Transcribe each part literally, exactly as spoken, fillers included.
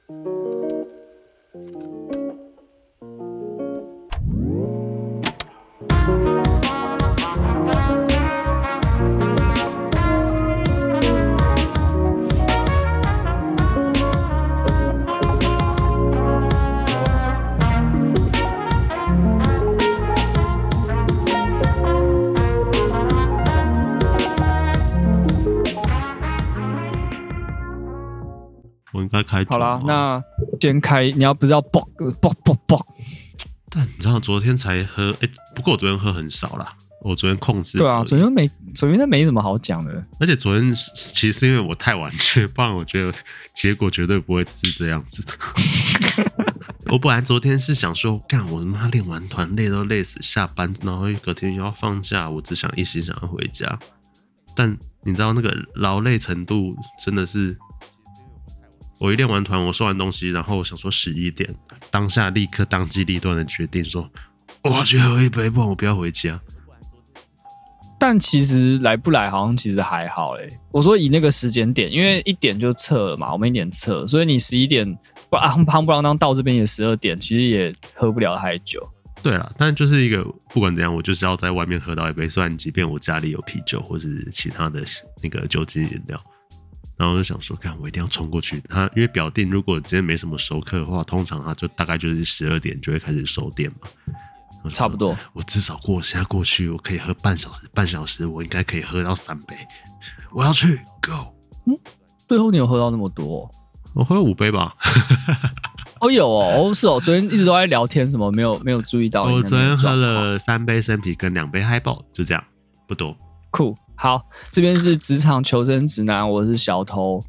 我应该开酒。 好啦，那先开，你要不是要爆爆爆爆？ 但你知道昨天才喝，哎、欸，不过我昨天喝很少啦，我昨天控制。 对啊，昨天没，昨天没什么好讲的。 而且昨天其实是因为我太晚去，不然我觉得结果绝对不会只是这样子。我本来昨天是想说，干我他妈练完团累都累死，下班然后隔天又要放假，我只想一心想要回家。但你知道那个劳累程度真的是。我一练完团，我收完东西，然后我想说十一点，当下立刻当机立断的决定说，我要去喝一杯，不然我不要回家。 但其实来不来好像其实还好嘞。我说以那个时间点，因为一点就撤了嘛，我们一点撤，所以你十一点不夯不啷当到这边也十二点，其实也喝不了太久。 对啦，但就是一个不管怎样，我就是要在外面喝到一杯，虽然即便我家里有啤酒或是其他的那个酒精饮料。然后我就想说，干，我一定要冲过去。他因为表定，如果今天没什么熟客的话，通常他就大概就是十二点就会开始收店嘛。 差不多。我至少过现在过去，我可以喝半小时，半小时我应该可以喝到三杯。我要去 ，Go！ 嗯，最后你有喝到那么多、哦？ 我喝了五杯吧。 哦，有哦，是哦，昨天一直都在聊天，什么没有没有注意到。 我昨天喝了三杯生啤跟两杯嗨爆，就这样，不多。 酷，好，这边是职场求生指南，我是小偷。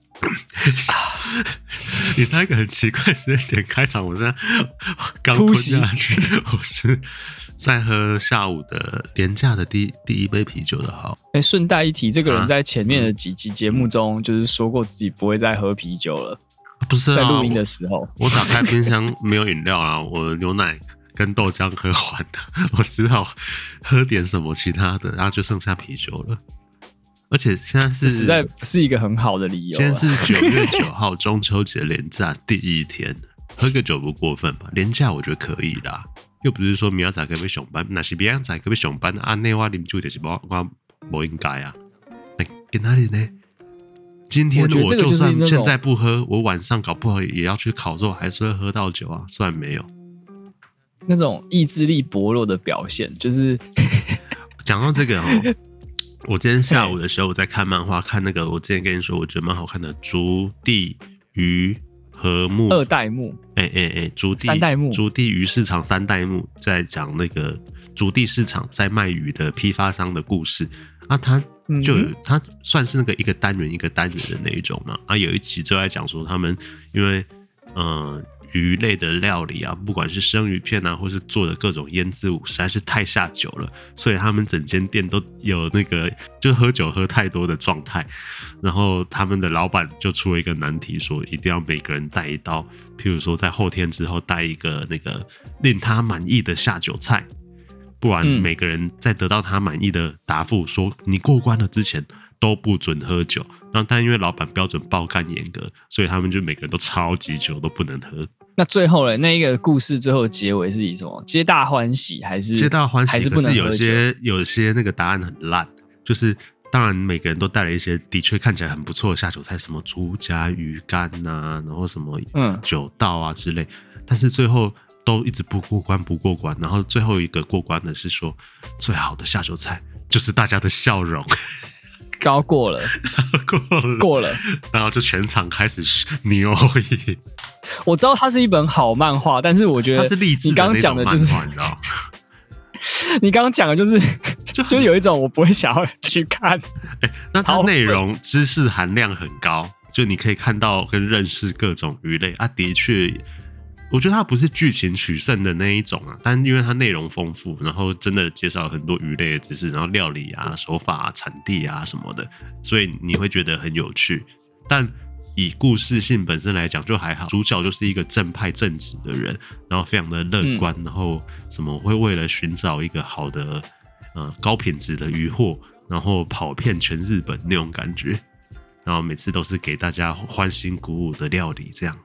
你在一个很奇怪的时间点开场，我现在刚吞下去，我是在喝下午的廉价的第第一杯啤酒的好。 哎，顺带一提，这个人在前面的几集节目中，就是说过自己不会再喝啤酒了。 不是、啊， 在录音的时候， 我, 我打开冰箱没有饮料啊，我牛奶跟豆浆喝完了，我只好喝点什么其他的，然后就剩下啤酒了。而且现在是， 这实在不是一个很好的理由、啊。 现在是九月九号，中秋节连假第一天，喝个酒不过分吧？连假我觉得可以啦，又不是说明仔可以上班，那是明仔可以上班啊？那我啉酒就是我我不应该啊。哎，在哪里呢？今天我就算现在不喝，我晚上搞不好也要去烤肉，还是会喝到酒啊。虽然没有那种意志力薄弱的表现，就是讲到这个哦。我今天下午的时候我在看漫画，看那个我之前跟你说我觉得蛮好看的《竹地鱼和木》 二代目， 哎哎哎，竹地三代目， 竹地鱼市场三代目，在讲那个竹地市场在卖鱼的批发商的故事啊，他就有、嗯、他算是那个一个单元一个单元的那一种嘛啊，有一集就在讲说他们因为嗯。呃鱼类的料理啊，不管是生鱼片啊，或是做的各种腌制物，实在是太下酒了，所以他们整间店都有那个就喝酒喝太多的状态。然后他们的老板就出了一个难题，说一定要每个人带一道，譬如说在后天之后带一个那个令他满意的下酒菜，不然每个人在得到他满意的答复说你过关了之前都不准喝酒。然后但因为老板标准爆干严格，所以他们就每个人都超级酒都不能喝。 那最后呢？那一个故事最后的结尾是以什么？皆大欢喜还是皆大欢喜？ 还是不能喝酒？ 可是有些有些那个答案很烂，就是当然每个人都带了一些的确看起来很不错的下酒菜，什么猪夹鱼干啊，然后什么酒稻啊之类，嗯、但是最后都一直不过关不过关。然后最后一个过关的是说，最好的下酒菜就是大家的笑容。 高过了， 过了， 过了， 然后就全场开始牛饮。 我知道它是一本好漫画，但是我觉得它是励志的那种漫画，你知道？ 你刚刚讲的就是就就有一种我不会想要去看。 欸、那它内容知识含量很高，就你可以看到跟认识各种鱼类啊，的确。我觉得它不是剧情取胜的那一种啊，但因为它内容丰富，然后真的介绍了很多鱼类的知识，然后料理啊、手法啊、产地啊什么的，所以你会觉得很有趣。但以故事性本身来讲就还好，主角就是一个正派正直的人，然后非常的乐观，嗯、然后什么会为了寻找一个好的呃高品质的渔获，然后跑遍全日本那种感觉，然后每次都是给大家欢欣鼓舞的料理这样。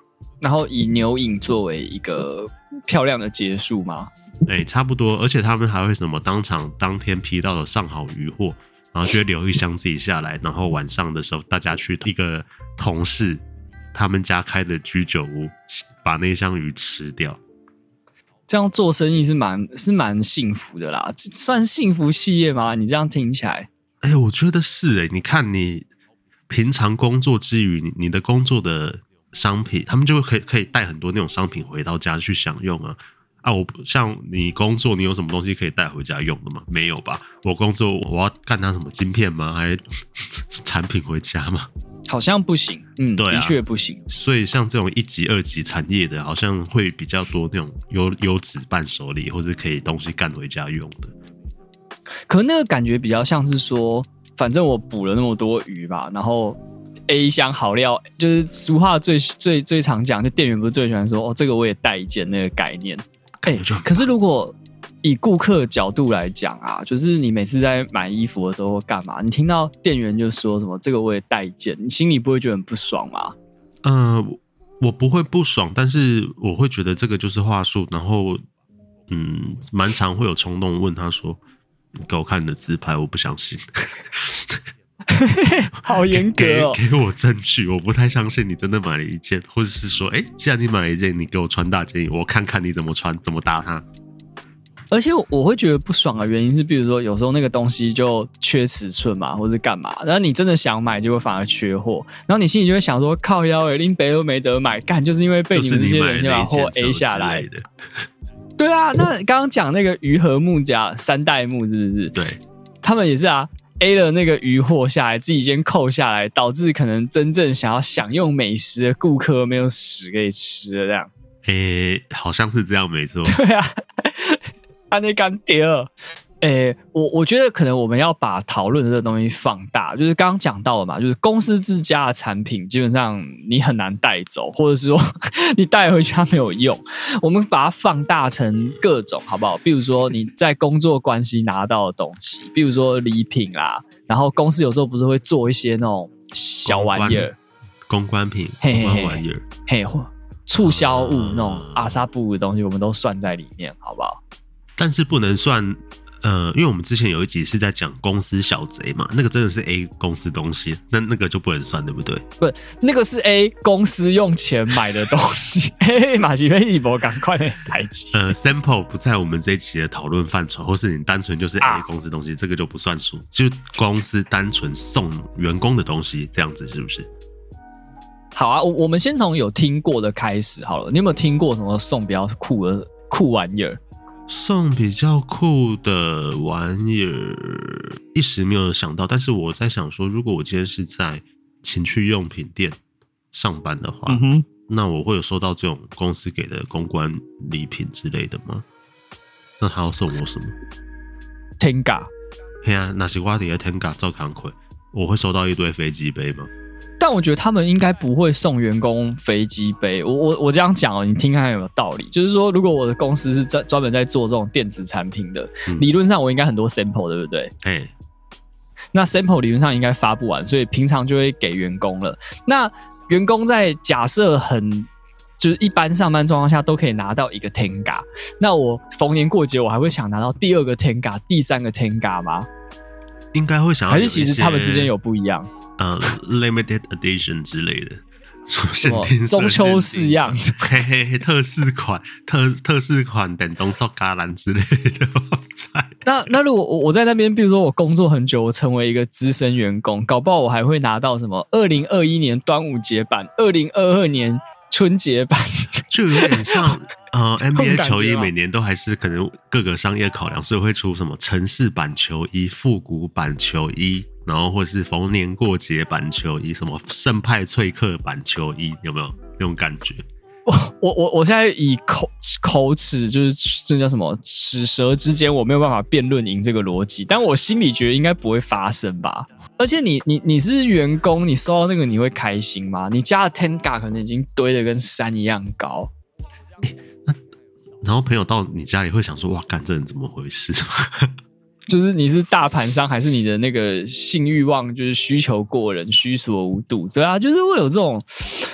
然后以牛饮作为一个漂亮的结束吗？ 哎、欸，差不多，而且他们还会什么当场当天批到的上好鱼货，然后就会留一箱自己下来，然后晚上的时候大家去一个同事他们家开的居酒屋，把那箱鱼吃掉。 这样做生意是蛮是蛮幸福的啦，算幸福企业吗？你这样听起来， 哎、欸，我觉得是哎、欸，你看你平常工作之余，你你的工作的商品，他们就可以可以带很多那种商品回到家去享用啊。啊，我像你工作，你有什么东西可以带回家用的吗？没有吧？我工作我要干他什么晶片吗？还产品回家吗？ 好像不行，嗯，对、啊，的确不行。 所以像这种一级、二级产业的，好像会比较多那种优优质伴手礼，或是可以东西干回家用的。 可那个感觉比较像是说，反正我捕了那么多鱼吧，然后 A 箱好料，就是俗话最最最常讲，就店员不是最喜欢说哦，这个我也带一件那个概念。哎、欸，可是如果以顾客角度来讲啊，就是你每次在买衣服的时候或干嘛，你听到店员就说什么这个我也带一件，你心里不会觉得很不爽吗？ 呃，我不会不爽，但是我会觉得这个就是话术，然后嗯，蛮常会有冲动问他说：“你给我看你的自拍，我不相信。” 好严格哦给！给我证据，我不太相信你真的买了一件，或者是说，哎、欸，既然你买了一件，你给我穿搭建议，我看看你怎么穿，怎么搭它。 而且我会觉得不爽的原因是，比如说有时候那个东西就缺尺寸嘛，或是干嘛，然后你真的想买，结果反而缺货，然后你心里就会想说，靠腰欸，林北都没得买，干就是因为被你们这些人先把货 A 下来的。对啊，那刚刚讲那个鱼和木甲三代目是不是？ 对， 他们也是啊。A 了那个鱼货下来，自己先扣下来，导致可能真正想要享用美食的顾客没有屎可以吃了，这样。 诶、欸，好像是这样，没错。 对啊，他那干爹了。诶，我我觉得可能我们要把讨论的这个东西放大，就是刚刚讲到的嘛，就是公司自家的产品基本上你很难带走，或者是说你带回去它没有用。我们把它放大成各种，好不好？比如说你在工作关系拿到的东西，比如说礼品啦，然后公司有时候不是会做一些那种小玩意儿， 公关品、公关玩意儿， 嘿，促销物、呃、那种阿萨布的东西，我们都算在里面，好不好？ 但是不能算。呃，因为我们之前有一集是在讲公司小贼嘛，那个真的是 A 公司东西，那那个就不能算，对不对？ 不，那个是 A 公司用钱买的东西。嘿，马西菲一博赶快的台机。 呃 ，sample 不在我们这一期的讨论范畴，或是你单纯就是 A 公司东西，啊、这个就不算数，就公司单纯送员工的东西，这样子是不是？ 好啊，我我们先从有听过的开始好了。你有没有听过什么送比较酷的酷玩意儿？ 送比较酷的玩意儿，一时没有想到。但是我在想说，如果我今天是在情趣用品店上班的话，嗯、那我会有收到这种公司给的公关礼品之类的吗？那他要送我什么 ？Tenga。 对啊，那是我的 Tenga 照扛亏，我会收到一堆飞机杯吗？ 但我觉得他们应该不会送员工飞机杯。我我我这样讲哦，你听看有没有道理？就是说，如果我的公司是专专门在做这种电子产品的，嗯、理论上我应该很多 sample， 对不对？哎、欸，那 sample 理论上应该发不完，所以平常就会给员工了。那员工在假设很就是一般上班状况下都可以拿到一个 Tenga， 那我逢年过节我还会想拿到第二个 Tenga、第三个 Tenga 吗？ 应该会想要， 还是其实他们之间有不一样？ 呃 ，limited edition 之类的，限定中秋式样， 嘿嘿嘿，特仕款、特特仕款等东寿橄榄之类的网站。 那那如果我在那边，比如说我工作很久，我成为一个资深员工，搞不好我还会拿到什么二零二一年端午节版、二零二二年春节版， 就有点像呃 N B A 球衣，每年都还是可能各个商业考量，所以会出什么城市版球衣、复古版球衣。然后或是逢年过节版球衣，什么圣派翠克版球衣，有没有那种感觉？ 我我我我现在以口口齿就是这叫什么齿舌之间，我没有办法辩论赢这个逻辑，但我心里觉得应该不会发生吧。而且你你你是员工，你收到那个你会开心吗？你家的 Tenga 可能已经堆得跟山一样高。 欸、那然后朋友到你家里会想说：“哇，干这人怎么回事？” 就是你是大盘商，还是你的那个性欲望就是需求过人、虚所无度？对啊，就是会有这种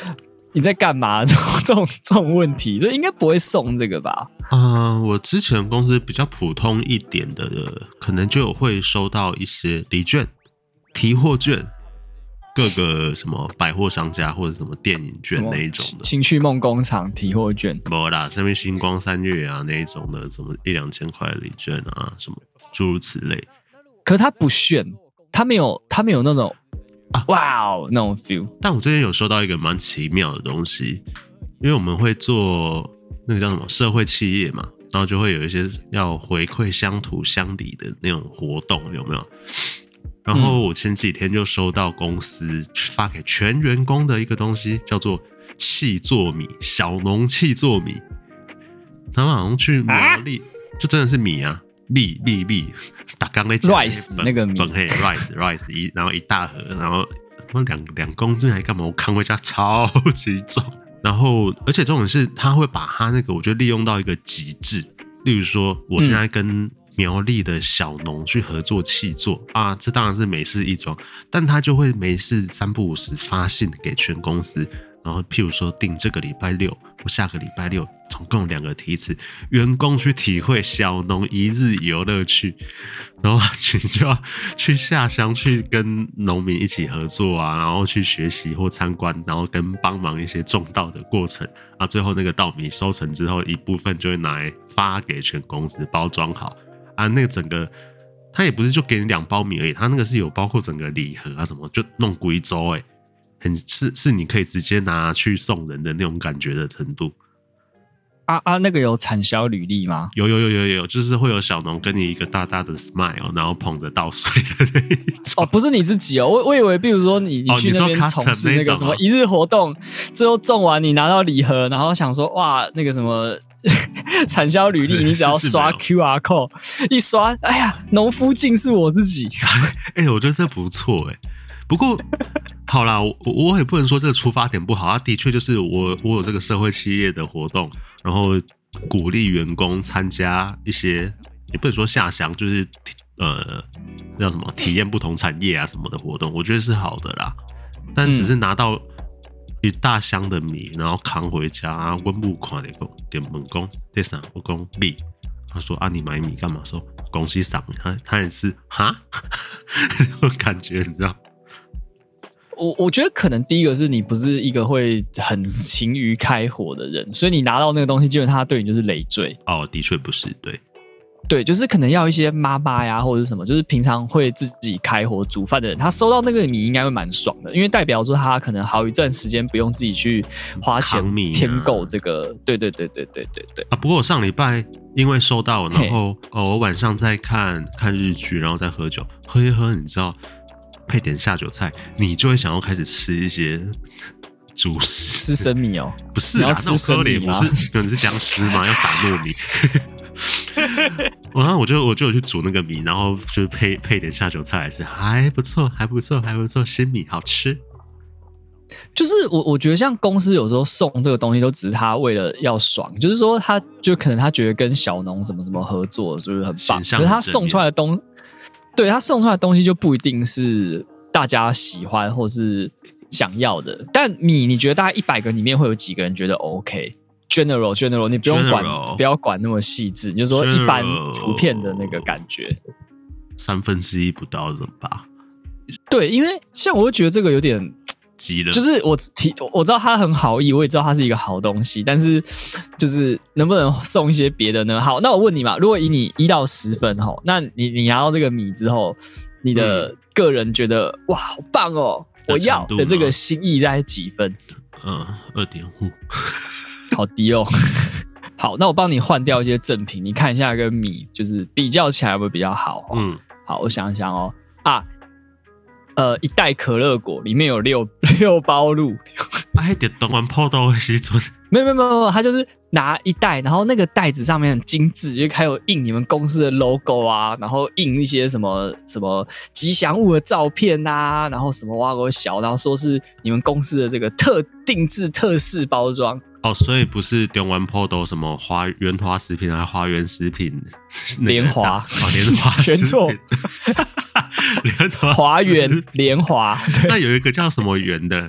你在干嘛？这种这种这种问题，所以应该不会送这个吧？ 嗯、呃，我之前公司比较普通一点的，可能就有会收到一些礼券、提货券。各个什么百货商家或者什么电影券那一种的， 情趣梦工厂提货券， 没啦，上面星光三月啊那一种的，什么一两千块的礼券啊，什么诸如此类。 可是它不炫，它没有，它没有那种啊，哇哦那种 feel。 但我最近有收到一个蛮奇妙的东西，因为我们会做那个叫什么社会企业嘛，然后就会有一些要回馈乡土乡里的那种活动，有没有？然后我前几天就收到公司发给全员工的一个东西，叫做契作米，小农契作米。他们好像去苗栗，啊、就真的是米啊，粒粒粒，打刚在讲 rice 那个米， 本黑 rice rice 一，然后一大盒，然后两两公斤还干嘛？我扛回家超级重。然后而且重点是，他会把他那个我觉得利用到一个极致，例如说我现在跟、嗯苗栗的小农去合作契作啊，这当然是美事一桩，但他就会没事三不五时发信给全公司，然后譬如说定这个礼拜六或下个礼拜六，总共两个题词，员工去体会小农一日游乐趣，然后你就要去下乡去跟农民一起合作啊，然后去学习或参观，然后跟帮忙一些种稻的过程啊，最后那个稻米收成之后，一部分就会拿来发给全公司包装好。啊，那个整个，他也不是就给你两包米而已，他那个是有包括整个礼盒啊什么，就弄贵州哎，很是是你可以直接拿去送人的那种感觉的程度。 啊啊，那个有产销履历吗？ 有有有有有，就是会有小农跟你一个大大的 smile， 然后捧着稻穗的那一种。 哦，不是你自己哦，我我以为，比如说你你去那边从事那个什么一日活动，最后种完你拿到礼盒，然后想说哇那个什么。产销履历，你只要刷 Q R code， 一刷，哎呀，农夫竟是我自己。 哎、欸，我觉得这不错哎、欸。不过，好啦，我我也不能说这个出发点不好，它的确就是我我有这个社会企业的活动，然后鼓励员工参加一些，也不能说下乡，就是呃叫什么体验不同产业啊什么的活动，我觉得是好的啦。但只是拿到一大箱的米，然后扛回家，然后温布看的点问讲这啥？我讲米，他说啊，你买米干嘛？说公司赏他，他也是哈，那种感觉你知道？ 我我觉得可能第一个是你不是一个会很勤于开火的人，所以你拿到那个东西，基本上它对你就是累赘。 哦，的确不是，对。 对，就是可能要一些妈妈呀，或者什么，就是平常会自己开火煮饭的人，他收到那个米应该会蛮爽的，因为代表说他可能好一阵时间不用自己去花钱添购这个。啊、对对对对对对对。 啊，不过我上礼拜因为收到，然后哦，我晚上在看看日剧，然后再喝酒，喝一喝，你知道，配点下酒菜，你就会想要开始吃一些。主食吃生米哦， 不是啊，吃生米不是，可能是僵尸吗？要撒糯米。然后我就我就有去煮那个米，然后就配配点下酒菜来吃，还不错，还不错，还不错，新米好吃。 就是我我觉得像公司有时候送这个东西，都只是他为了要爽，就是说他就可能他觉得跟小农什么什么合作，是不是很棒？可是他送出来的东，对他送出来的东西就不一定是大家喜欢或是想要的。但米，你觉得大概一百个里面会有几个人觉得 OK？General general， 你不用管，不要管那么细致，你就说一般图片的那个感觉， 三分之一不到怎么吧？ 对，因为像我就觉得这个有点急了， 就是我提我知道它很好意，我也知道它是一个好东西，但是就是能不能送一些别的呢？好，那我问你嘛，如果以你一到十分哈，那你你拿到这个米之后，你的个人觉得、嗯、哇好棒哦，我要的这个心意在几分？ 嗯，二点五。 好低哦，好，那我帮你换掉一些赠品，你看一下跟米就是比较起来会比较好、哦。嗯，好，我想想哦，啊，呃，一袋可乐果里面有六六包路， 哎，点等完泡到的时阵， 没有没有没有，他就是拿一袋，然后那个袋子上面很精致，因为还有印你们公司的 logo 啊，然后印一些什么什么吉祥物的照片啊，然后什么挖个小，然后说是你们公司的这个特定制特式包装。 哦，所以不是中湾坡都什么花园花食品还是花园食品？ 莲华哦，莲华全错， 莲华华园莲华。 那有一个叫什么园的，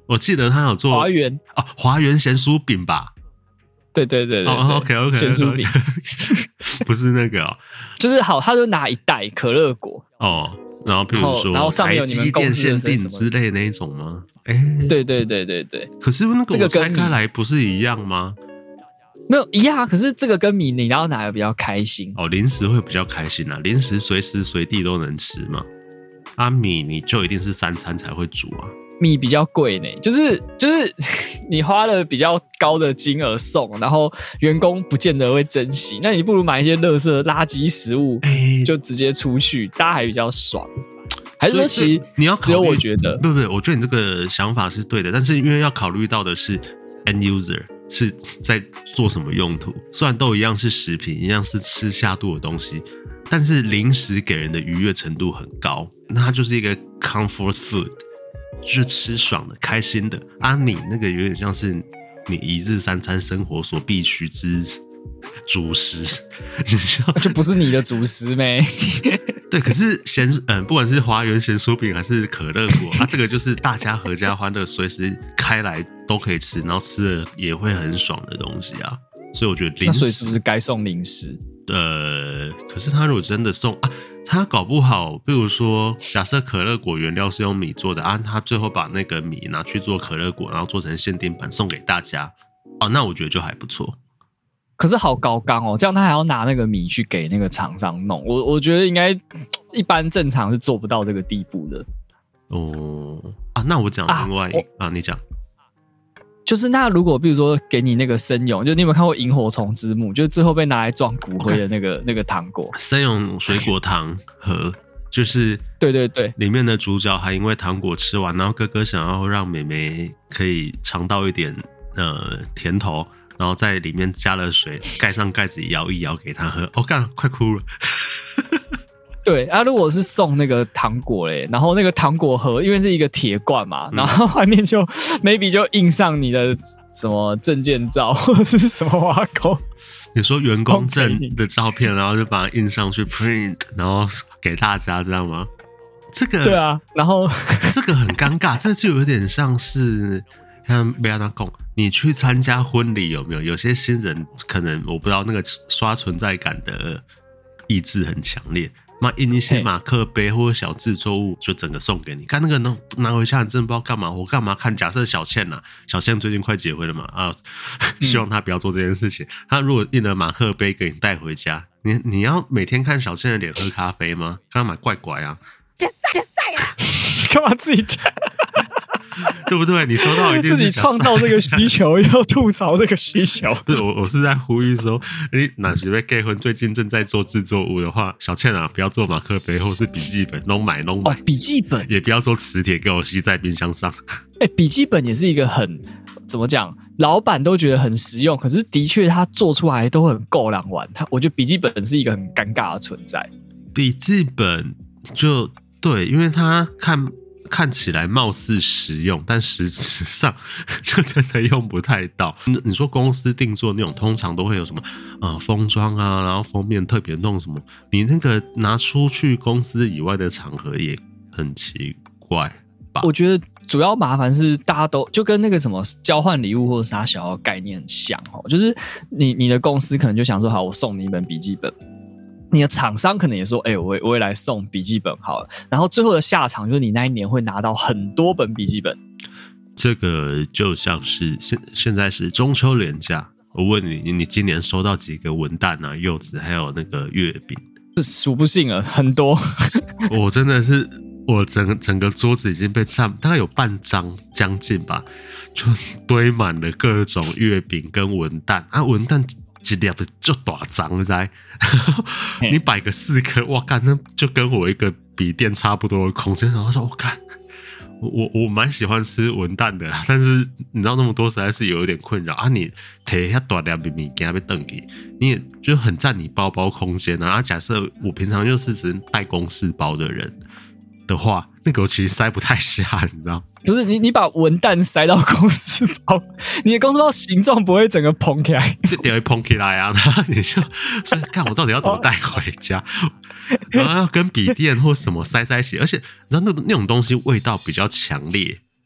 我记得他有做华园哦，华园咸酥饼吧？ 对对对对哦 ，OK OK， 咸酥饼不是那个哦， 就是好，他就拿一袋可乐果哦，然后譬如说， 然后上面有你们公司的限定之类那一种吗？哎， 对对对对对。 可是那个我拆开来不是一样吗？ 没有一样啊，可是这个跟米你要哪个比较开心？ 哦，零食会比较开心啊，零食随时随地都能吃嘛。啊，米你就一定是三餐才会煮啊。 米比较贵呢，就是就是你花了比较高的金额送，然后员工不见得会珍惜，那你不如买一些垃圾垃圾食物， 欸、 就直接出去，大家还比较爽。还是说，其实你要只有我觉得， 不不，我觉得你这个想法是对的，但是因为要考虑到的是 end user 是在做什么用途，虽然都一样是食品，一样是吃下肚的东西，但是零食给人的愉悦程度很高，那它就是一个 comfort food。就是吃爽的、开心的啊！你那个有点像是你一日三餐生活所必须之主食， 就不是你的主食咩？ 对，可是咸嗯，不管是华园咸酥饼还是可乐果，它、啊、这个就是大家合家欢乐，随时开来都可以吃，然后吃了也会很爽的东西啊。所以我觉得零食， 那所以是不是该送零食？ 呃，可是他如果真的送啊。他搞不好，比如说，假设可乐果原料是用米做的啊，他最后把那个米拿去做可乐果，然后做成限定版送给大家，哦，那我觉得就还不错。 可是好高纲哦，这样他还要拿那个米去给那个厂商弄，我我觉得应该一般正常是做不到这个地步的。 哦啊，那我讲另外一个 啊, 啊，你讲。 就是那如果比如说给你那个生勇，就你有没有看过萤火虫之墓？就是最后被拿来装骨灰的那个、okay. 那个糖果， 生勇水果糖盒，就是对对对， 里面的主角还因为糖果吃完，然后哥哥想要让妹妹可以尝到一点呃甜头，然后在里面加了水，盖上盖子摇一摇给他喝。哦，干，快哭了。 对啊，如果是送那个糖果嘞，然后那个糖果盒因为是一个铁罐嘛，然后外面就 maybe 就印上你的什么证件照或者是什么挖沟， 你说员工证的照片，然后就把它印上去 print， 然后给大家，知道吗？这个对啊，然后这个很尴尬，这就有点像是像贝亚纳贡，你去参加婚礼有没有？有些新人可能我不知道那个刷存在感的意志很强烈。妈印一些马克杯或者小制作物，就整个送给你。看那个拿拿回家，你真的不知道干嘛。我干嘛看？假设小倩啊，小倩最近快结婚了嘛啊，希望她不要做这件事情。她如果印了马克杯给你带回家，你你要每天看小倩的脸喝咖啡吗？干嘛怪怪啊？ 加赛加赛啦！干嘛自己看？ 对不对？你收到一定是自己创造这个需求，又吐槽这个需求。 不是我，我是在呼吁说，你哪时被结婚，最近正在做制作物的话，小倩啊，不要做马克杯或是笔记本，弄买弄买。 哦，笔记本也不要做磁铁，给我吸在冰箱上。 哎、欸，笔记本也是一个很怎么讲，老板都觉得很实用，可是的确他做出来都很够狼玩。他我觉得笔记本是一个很尴尬的存在。 笔记本就对，因为他看。看起来貌似实用，但实质上就真的用不太到。你说公司定做那种，通常都会有什么呃封装啊，然后封面特别弄什么，你那个拿出去公司以外的场合也很奇怪吧？ 我觉得主要麻烦是大家都就跟那个什么交换礼物或者啥小的概念很像哦，就是你你的公司可能就想说，好，我送你一本笔记本。你的厂商可能也说，哎、欸，我我也来送笔记本好了，然后最后的下场就是你那一年会拿到很多本笔记本。 这个就像是现现在是中秋连假，我问你，你今年收到几个文旦啊、柚子，还有那个月饼？ 是数不尽了，很多。 我真的是，我整个整个桌子已经被占，大概有半张将近吧，就堆满了各种月饼跟文旦啊，文旦。一粒就大张在，你摆个四颗，哇干，那就跟我一个笔电差不多的空间。然后说，我干，我我我蛮喜欢吃文旦的啦，但是你知道那么多实在是有一点困扰啊。你提一下大粒的物件要登去，你也就很占你包包空间啊。啊假设我平常又是只带公事包的人的话，那个我其实塞不太下，你知道。 不是你，你把文旦塞到公司包，你的公司包形状不会整个蓬起来， 就得会蓬起来啊！然后你就说，看我到底要怎么带回家，然后要跟笔电或什么塞在一起，而且你知道那那种东西味道比较强烈，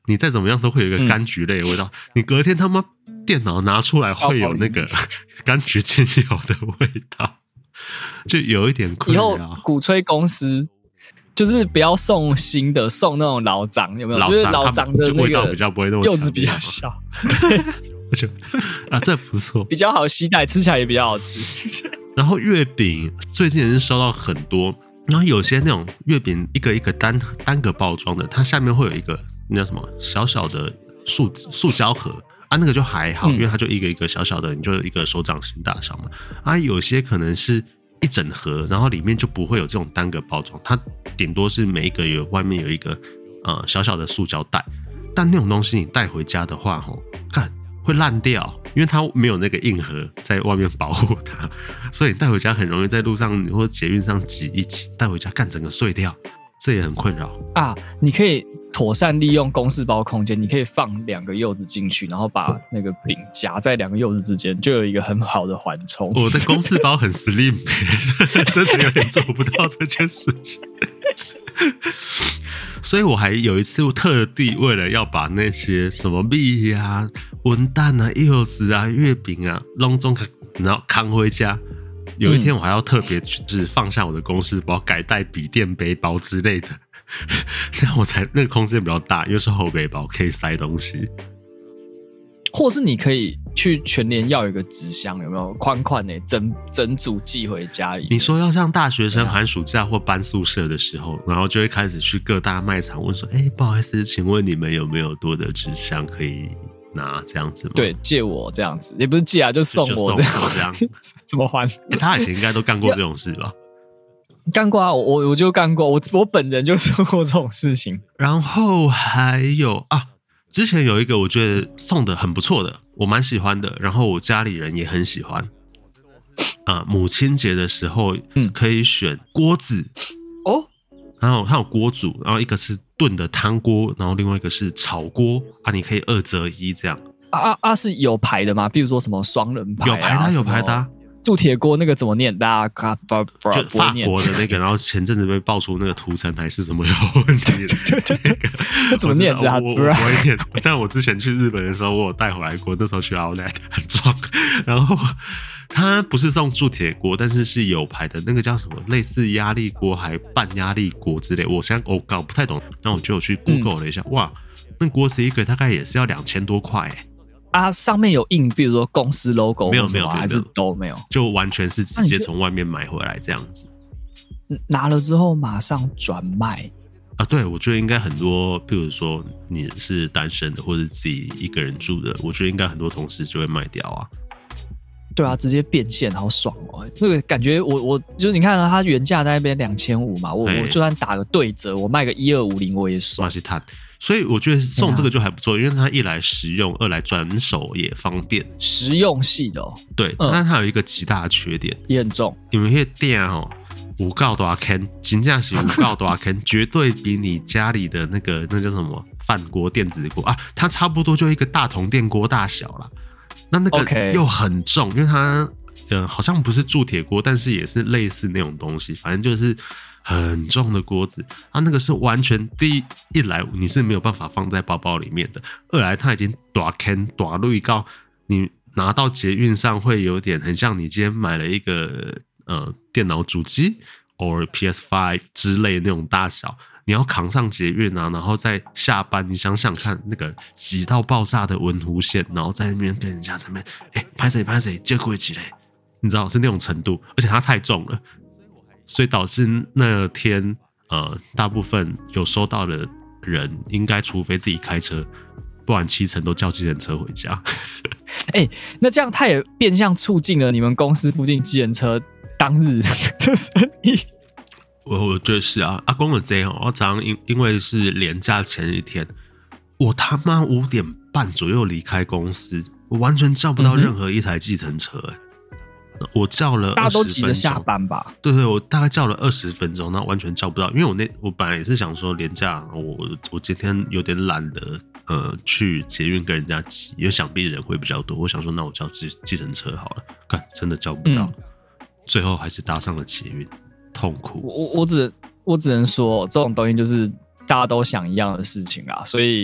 你再怎么样都会有一个柑橘类的味道，嗯、你隔天他妈电脑拿出来会有那个柑橘精油的味道，就有一点困扰。 以后鼓吹公司就是不要送新的，送那种老长，有没有？ 老就是老长的那味道比较不会那么柚子比较小，对。 就啊，这不错， 比较好携带，吃起来也比较好吃。 然后月饼最近也是收到很多，然后有些那种月饼一个一个单单个包装的，它下面会有一个那叫什么小小的塑塑胶盒啊，那个就还好，嗯、因为它就一个一个小小的，你就一个手掌心大小嘛。啊，有些可能是一整盒，然后里面就不会有这种单个包装，它顶多是每一个有外面有一个呃小小的塑胶袋，但那种东西你带回家的话，吼，干。会烂掉，因为它没有那个硬盒在外面保护它，所以你带回家很容易在路上或者捷运上挤一挤，带回家干整个碎掉，这也很困扰啊。你可以妥善利用公事包空间，你可以放两个柚子进去，然后把那个饼夹在两个柚子之间，就有一个很好的缓冲。 我的公事包很 slim， 真的有点做不到这件事情。所以我还有一次特地为了要把那些什么蜜啊、文旦啊、柚子啊、月饼啊隆重然后扛回家，有一天我还要特别就是放下我的公事包，改带笔电背包之类的，这样我才那个空间比较大，又是后背包可以塞东西。 或是你可以去全联要一个纸箱，有没有宽宽的整整组寄回家里？ 你说要像大学生寒暑假或搬宿舍的时候，然后就会开始去各大卖场问说：“哎、欸，不好意思，请问你们有没有多的纸箱可以拿？”这样子吗？ 对，借我这样子，也不是借啊，就送我这样。 这样怎么还？ 他以前应该都干过这种事吧？ 干过啊，我我就干过，我我本人就做过这种事情。 然后还有啊。之前有一个我觉得送的很不错的，我蛮喜欢的，然后我家里人也很喜欢。啊，母亲节的时候可以选锅子哦， 然后它有锅煮，然后一个是炖的汤锅，然后另外一个是炒锅啊，你可以二择一这样。 啊啊啊！是有牌的吗？比如说什么双人牌、啊？ 有牌的，有牌的、啊。 铸铁锅那个怎么念？大家就法国的那个，然后前阵子被爆出那个涂层还是什么有问题的，那个怎么念的、啊？ 我我不会念，但我之前去日本的时候，我有带回来过，那时候去 Outlet 很壮。然后它不是送铸铁锅，但是是有牌的，那个叫什么类似压力锅还半压力锅之类。我现在我搞不太懂，那我就有去 Google 了一下，嗯、哇，那锅子一个大概也是要两千多块哎。 啊，上面有印，比如说公司 logo 没有没有， 还是都没有， 就完全是直接从外面买回来这样子。 拿了之后马上转卖啊？对，我觉得应该很多，比如说你是单身的，或者自己一个人住的，我觉得应该很多同事就会卖掉啊。 对啊，直接变现，好爽哦！这个感觉我，我我就是你看啊，它原价在那边两千五嘛，我我就算打个对折，我卖个一二五零，我也爽。 所以我觉得送这个就还不错，因为它一来实用，二来转手也方便， 实用系的哦。 对，嗯、但它有一个极大的缺点， 也很重。 因为那些店哦，五告大坑，真正是五告大坑，绝对比你家里的那个那叫什么饭锅、电子锅啊，它差不多就一个大同电锅大小啦。那那个又很重， okay. 因为它呃好像不是铸铁锅，但是也是类似那种东西，反正就是很重的锅子。它那个是完全第一一来你是没有办法放在包包里面的，二来它已经大坑大锐到你拿到捷运上会有点很像你今天买了一个呃电脑主机 or P S 五 之类的那种大小。你要扛上捷运啊，然后再下班，你想想看，那个挤到爆炸的文湖线，然后在那边跟人家在那边，哎，拍谁拍谁，接轨起来，你知道是那种程度，而且它太重了，所以导致那天呃，大部分有收到的人，应该除非自己开车，不然七成都叫计程车回家。 哎、欸，那这样它也变相促进了你们公司附近计程车当日的生意。 我我觉得是啊，阿公的这样，我早上因因为是连假前一天，我他妈五点半左右离开公司，我完全叫不到任何一台计程车、欸嗯，我叫了大家都急着下班吧？ 对对，我大概叫了二十分钟，那完全叫不到，因为我那我本来也是想说连假，我我今天有点懒得呃去捷运跟人家挤，因为想必人会比较多，我想说那我叫计计程车好了，干真的叫不到、嗯，最后还是搭上了捷运。痛苦， 我我只我只能说，这种东西就是大家都想一样的事情啦，所以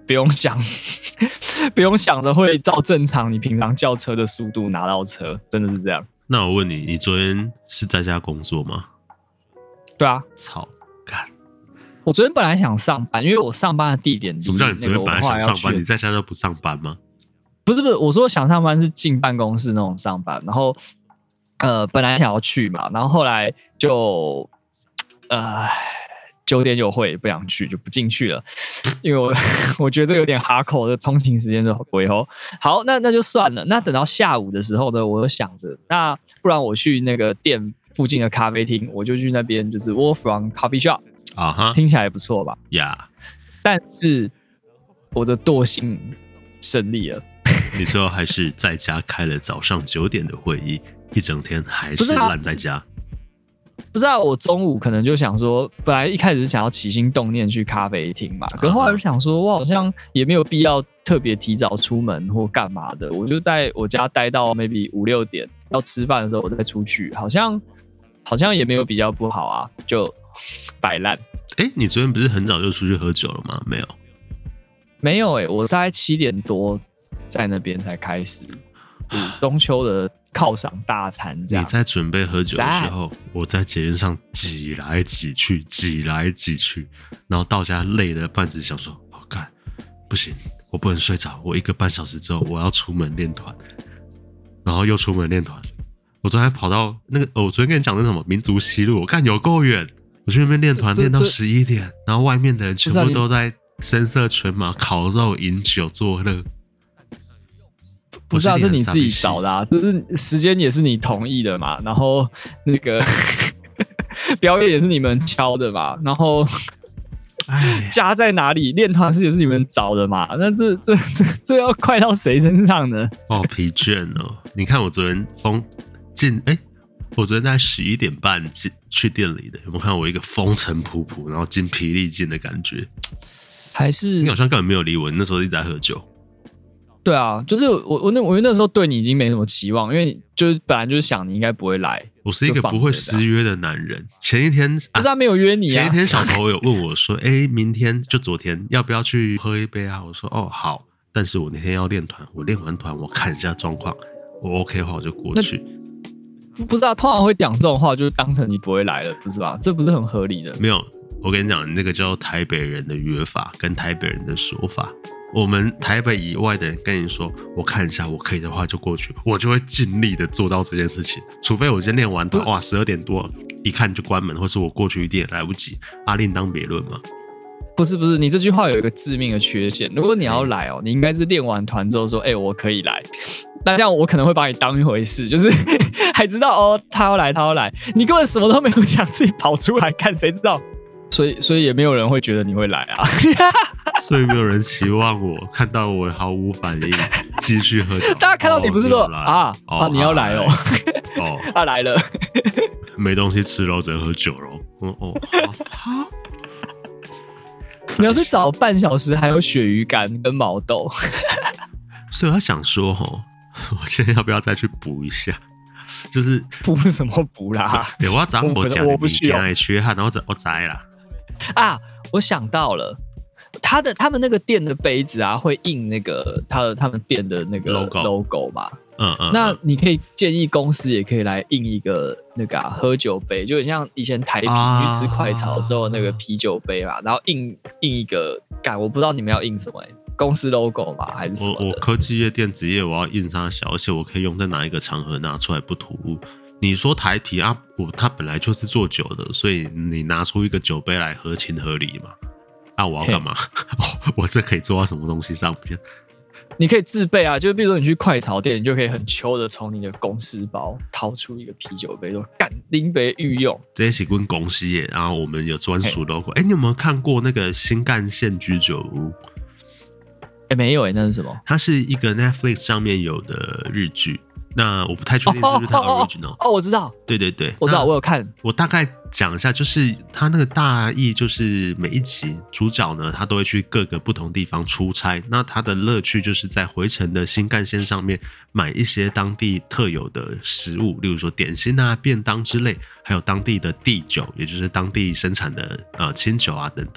不用想，不用想着会照正常你平常叫车的速度拿到车，真的是这样。 那我问你，你昨天是在家工作吗？ 对啊， 操，干！ 我昨天本来想上班，因为我上班的地点离什么叫你昨天本来想上班？ 那个你在家就不上班吗？ 不是不是，我说想上班是进办公室那种上班，然后呃本来想要去嘛，然后后来就呃九点有会不想去就不进去了，因为我我觉得这有点哈口的通勤时间就鬼吼。好，那那就算了。那等到下午的时候呢，我就想着，那不然我去那个店附近的咖啡厅，我就去那边就是 Work from Coffee Shop 啊哈， 听起来不错吧？ 呀、yeah ， 但是我的惰性胜利了。 你最后还是在家开了早上九点的会议，一整天还是烂在家。 不是啊，我中午可能就想说，本来一开始是想要起心动念去咖啡厅嘛，可是后来就想说，我好像也没有必要特别提早出门或干嘛的，我就在我家待到 maybe 五六点，要吃饭的时候我再出去，好像好像也没有比较不好啊，就摆烂。 哎、欸，你昨天不是很早就出去喝酒了吗？没有， 没有哎、欸，我大概七点多在那边才开始。中秋的犒赏大餐，这样你在准备喝酒的时候，我在捷运上挤来挤去，挤来挤去，然后到家累了半死，想说：“哦，干，不行，我不能睡着，我一个半小时之后我要出门练团，然后又出门练团。我昨天还跑到那个，哦、我昨天跟你讲的什么民族西路，我看有够远，我去那边练团练到十一点，然后外面的人全部都在声色犬马、烤肉、饮酒作乐。” 不是啊，是你自己找的啊，就是时间也是你同意的嘛，然后那个表演也是你们敲的嘛，然后家在哪里，练团室也是你们找的嘛，那这这这这要怪到谁身上呢？ 哦，疲倦哦！你看我昨天风进哎，我昨天在十一点半进去店里的，有没有看我一个风尘仆仆，然后精疲力尽的感觉？ 还是你好像根本没有理我，你那时候一直在喝酒。 对啊，就是我我那我那时候对你已经没什么期望，因为就是本来就是想你应该不会来。 我是一个不会失约的男人。前一天不是他没有约你啊。 前一天小头有问我说：“哎、欸，明天就昨天要不要去喝一杯啊？”我说：“哦，好。”但是我那天要练团，我练完团我看一下状况，我 OK 的话我就过去。 不是啊，通常会讲这种话，就是当成你不会来了，不是吧？这不是很合理的。 没有，我跟你讲，那个叫台北人的约法跟台北人的说法。我们台北以外的人跟你说，我看一下，我可以的话就过去，我就会尽力的做到这件事情。除非我今天练完团，哇，十二点多一看就关门，或是我过去一定也来不及，阿另当别论嘛。 不是不是，你这句话有一个致命的缺陷。如果你要来哦，你应该是练完团之后说，哎、欸，我可以来。那这样我可能会把你当一回事，就是还知道哦，他要来，他要来，你根本什么都没有讲，自己跑出来看，谁知道？所以，所以也没有人会觉得你会来啊。 所以没有人期望我看到我毫无反应，继续喝酒。 大家看到你不是说、哦、啊、哦、啊你要来哦， 哦他、啊、来了， 没东西吃喽，只能喝酒喽。哦哦，好。 你要是早半小时，还有鱈鱼干跟毛豆。 所以我想说，吼，我今天要不要再去补一下？就是补什么补啦？ 对，我早我讲我不需要， 缺憾，然后我摘啦。 啊，我想到了。他的他们那个店的杯子啊，会印那个他的他们店的那个 logo, logo 嘛， 嗯嗯。 那你可以建议公司也可以来印一个那个、啊、喝酒杯，就很像以前台啤去吃快炒的时候那个啤酒杯嘛，然后印印一个，干我不知道你们要印什么、欸，公司 logo 吗？还是什么的？ 我我科技业、电子业，我要印上小，而且我可以用在哪一个场合拿出来不突兀。你说台啤啊，我它本来就是做酒的，所以你拿出一个酒杯来合情合理嘛。那、啊、我要干嘛？我这可以做到什么东西上面？ 你可以自备啊，就比如说你去快炒店，你就可以很秋的从你的公司包掏出一个啤酒杯，说干林北御用。 这些是跟公司业，然后我们有专属 logo。哎，你有没有看过那个新干线居酒屋？ 哎，没有哎、欸，那是什么？ 它是一个 Netflix 上面有的日剧。那我不太确定是不是它 original 哦, 哦, 哦, 哦，我知道， 对对对， 我知道，我有看。 我大概讲一下，就是它那个大意，就是每一集主角呢，他都会去各个不同地方出差。那他的乐趣就是在回程的新干线上面买一些当地特有的食物，例如说点心啊、便当之类，还有当地的地酒，也就是当地生产的呃清酒啊等等。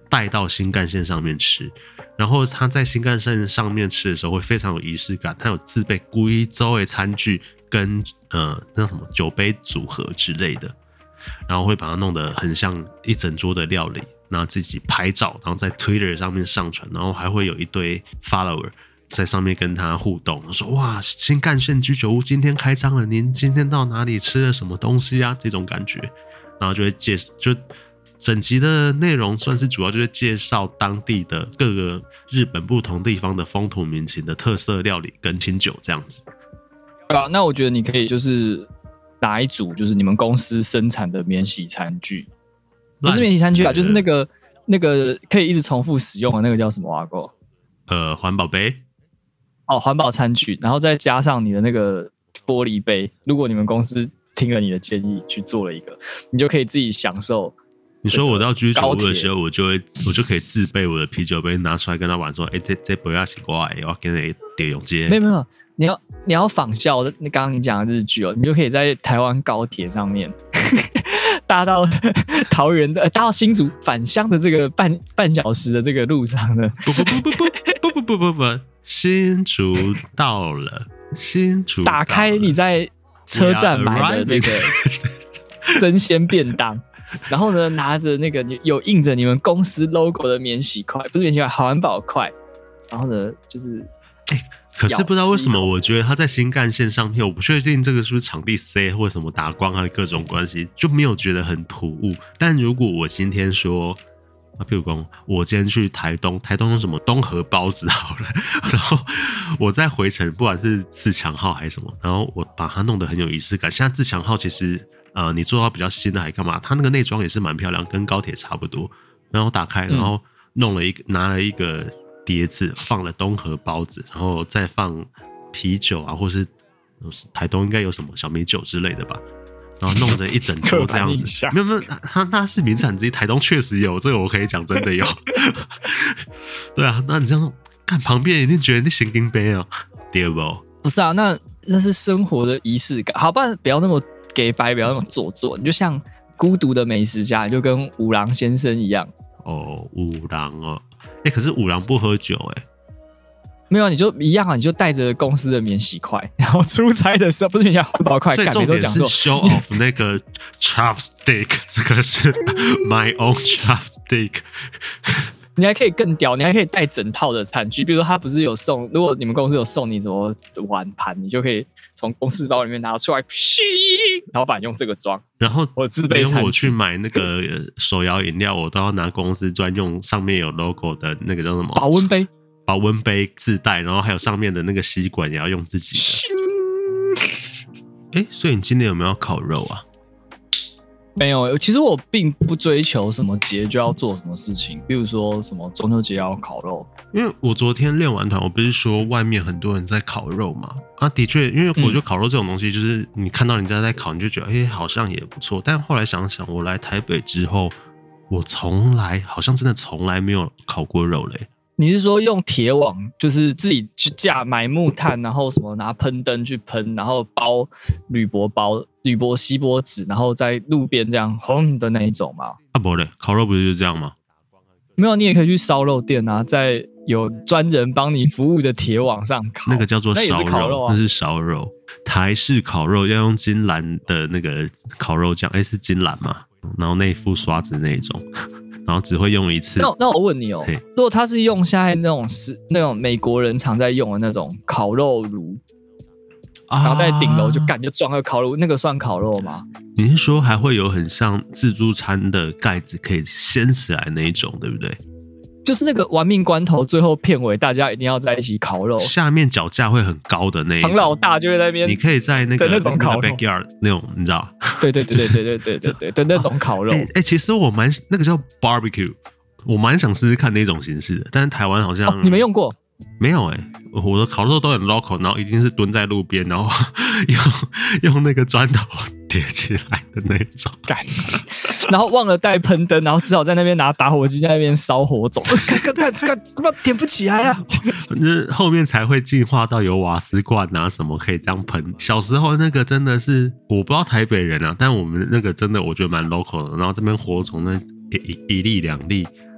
带到新干线上面吃。然后他在新干线上面吃的时候会非常有仪式感，他有自备贵州的餐具跟呃那什么酒杯组合之类的，然后会把它弄得很像一整桌的料理，然后自己拍照，然后在 Twitter 上面上传，然后还会有一堆 follower 在上面跟他互动，说哇新干线居酒屋今天开张了，您今天到哪里吃了什么东西啊？这种感觉，然后就会介就。整集的内容算是主要就是介绍当地的各个日本不同地方的风土民情的特色料理跟清酒这样子。 啊，那我觉得你可以就是拿一组就是你们公司生产的免洗餐具，不是免洗餐具啊，就是那个那个可以一直重复使用的那个叫什么啊？哥， 呃，环保杯。 哦，环保餐具，然后再加上你的那个玻璃杯。如果你们公司听了你的建议去做了一个，你就可以自己享受。 你说我到居酒屋的时候，我就会我就可以自备我的啤酒杯拿出来跟他玩说，哎、欸，这这不要洗过来，我要跟你点永接。 没有没有，你要你要仿效那刚刚你讲的日剧哦，你就可以在台湾高铁上面搭到桃园的，搭到新竹返乡的这个半半小时的这个路上呢。 不不不不不不不不不不，新竹到了，新竹到了。打开你在车站买的那个真鲜便当。然后呢，拿着那个有印着你们公司 logo 的免洗筷，不是免洗筷，环保筷。然后呢，就是， 欸、可是不知道为什么，我觉得他在新干线上面，我不确定这个是不是场地 C 或者什么打光啊各种关系，就没有觉得很突兀。但如果我今天说，啊，譬如说，我今天去台东，台东有什么东河包子好了，然后我再回程，不管是自强号还是什么，然后我把它弄得很有仪式感。现在自强号其实。呃，你做到比较新的还干嘛？它那个内装也是蛮漂亮，跟高铁差不多。然后打开，然后弄了一个，拿了一个碟子，放了东河包子，然后再放啤酒啊，或是台东应该有什么小米酒之类的吧。然后弄着一整桌这样子，没有没有，它它是名产之一，台东确实有，这个我可以讲，真的有。对啊，那你这样看旁边一定觉得你神经病啊，对不？ 不是啊，那那是生活的仪式感。好，不然不要那么。给白不要那么做作，你就像孤独的美食家，你就跟五郎先生一样。 哦，五郎哦，哎、欸，可是五郎不喝酒哎、欸。 没有，你就一样啊，你就带着公司的免洗筷，然后出差的时候不是人家环保筷， 所以重点是 show off 那个 chopstick， 这个是 my own chopstick。 你还可以更屌，你还可以带整套的餐具，比如说他不是有送，如果你们公司有送你什么碗盘，你就可以从公司包里面拿出来，老板用这个装， 然后我自备餐具。 连我去买那个手摇饮料，我都要拿公司专用上面有 logo 的那个叫什么保温杯， 保温杯自带，然后还有上面的那个吸管也要用自己的。哎、欸，所以你今年有没有要烤肉啊？ 没有，其实我并不追求什么节就要做什么事情，比如说什么中秋节要烤肉。 因为我昨天练完团，我不是说外面很多人在烤肉嘛？啊，的确，因为我觉得烤肉这种东西，就是你看到人家在烤，你就觉得哎、欸，好像也不错。但后来想想，我来台北之后，我从来好像真的从来没有烤过肉嘞。 你是说用铁网，就是自己去架买木炭，然后什么拿喷灯去喷，然后包铝箔包、铝箔锡箔纸，然后在路边这样轰的那一种吗？ 啊不嘞，烤肉不是就这样吗？ 没有，你也可以去烧肉店啊，在有专人帮你服务的铁网上烤， 那个叫做烧肉， 那也是烤肉啊， 那是烧肉。台式烤肉要用金兰的那个烤肉酱，哎、欸，是金兰嘛？然后那一副刷子那一种。然后只会用一次。 那那我问你哦，如果他是用现在那种是那种美国人常在用的那种烤肉炉，啊、然后在顶楼就干就装个烤炉，那个算烤肉吗？ 你是说还会有很像自助餐的盖子可以掀起来那一种，对不对？ 就是那个玩命关头，最后片尾大家一定要在一起烤肉， 下面脚架会很高的那一种。 唐老大就会在那边， 你可以在那个那种烤肉 backyard 那种，你知道？ 对对对对对对对对对的那种烤肉。 哎、欸欸，其实我蛮那个叫 barbecue， 我蛮想试试看那种形式的，但是台湾好像、 哦、你没用过。 没有哎、欸，我的烤肉都很 local， 然后一定是蹲在路边，然后用用那个砖头叠起来的那种， 然后忘了带喷灯，然后只好在那边拿打火机在那边烧火种，看看看看，怎么点不起来啊？ 就是后面才会进化到有瓦斯罐啊什么可以这样喷。小时候那个真的是我不知道台北人啊，但我们那个真的我觉得蛮 local 的，然后这边火种那一一粒两粒。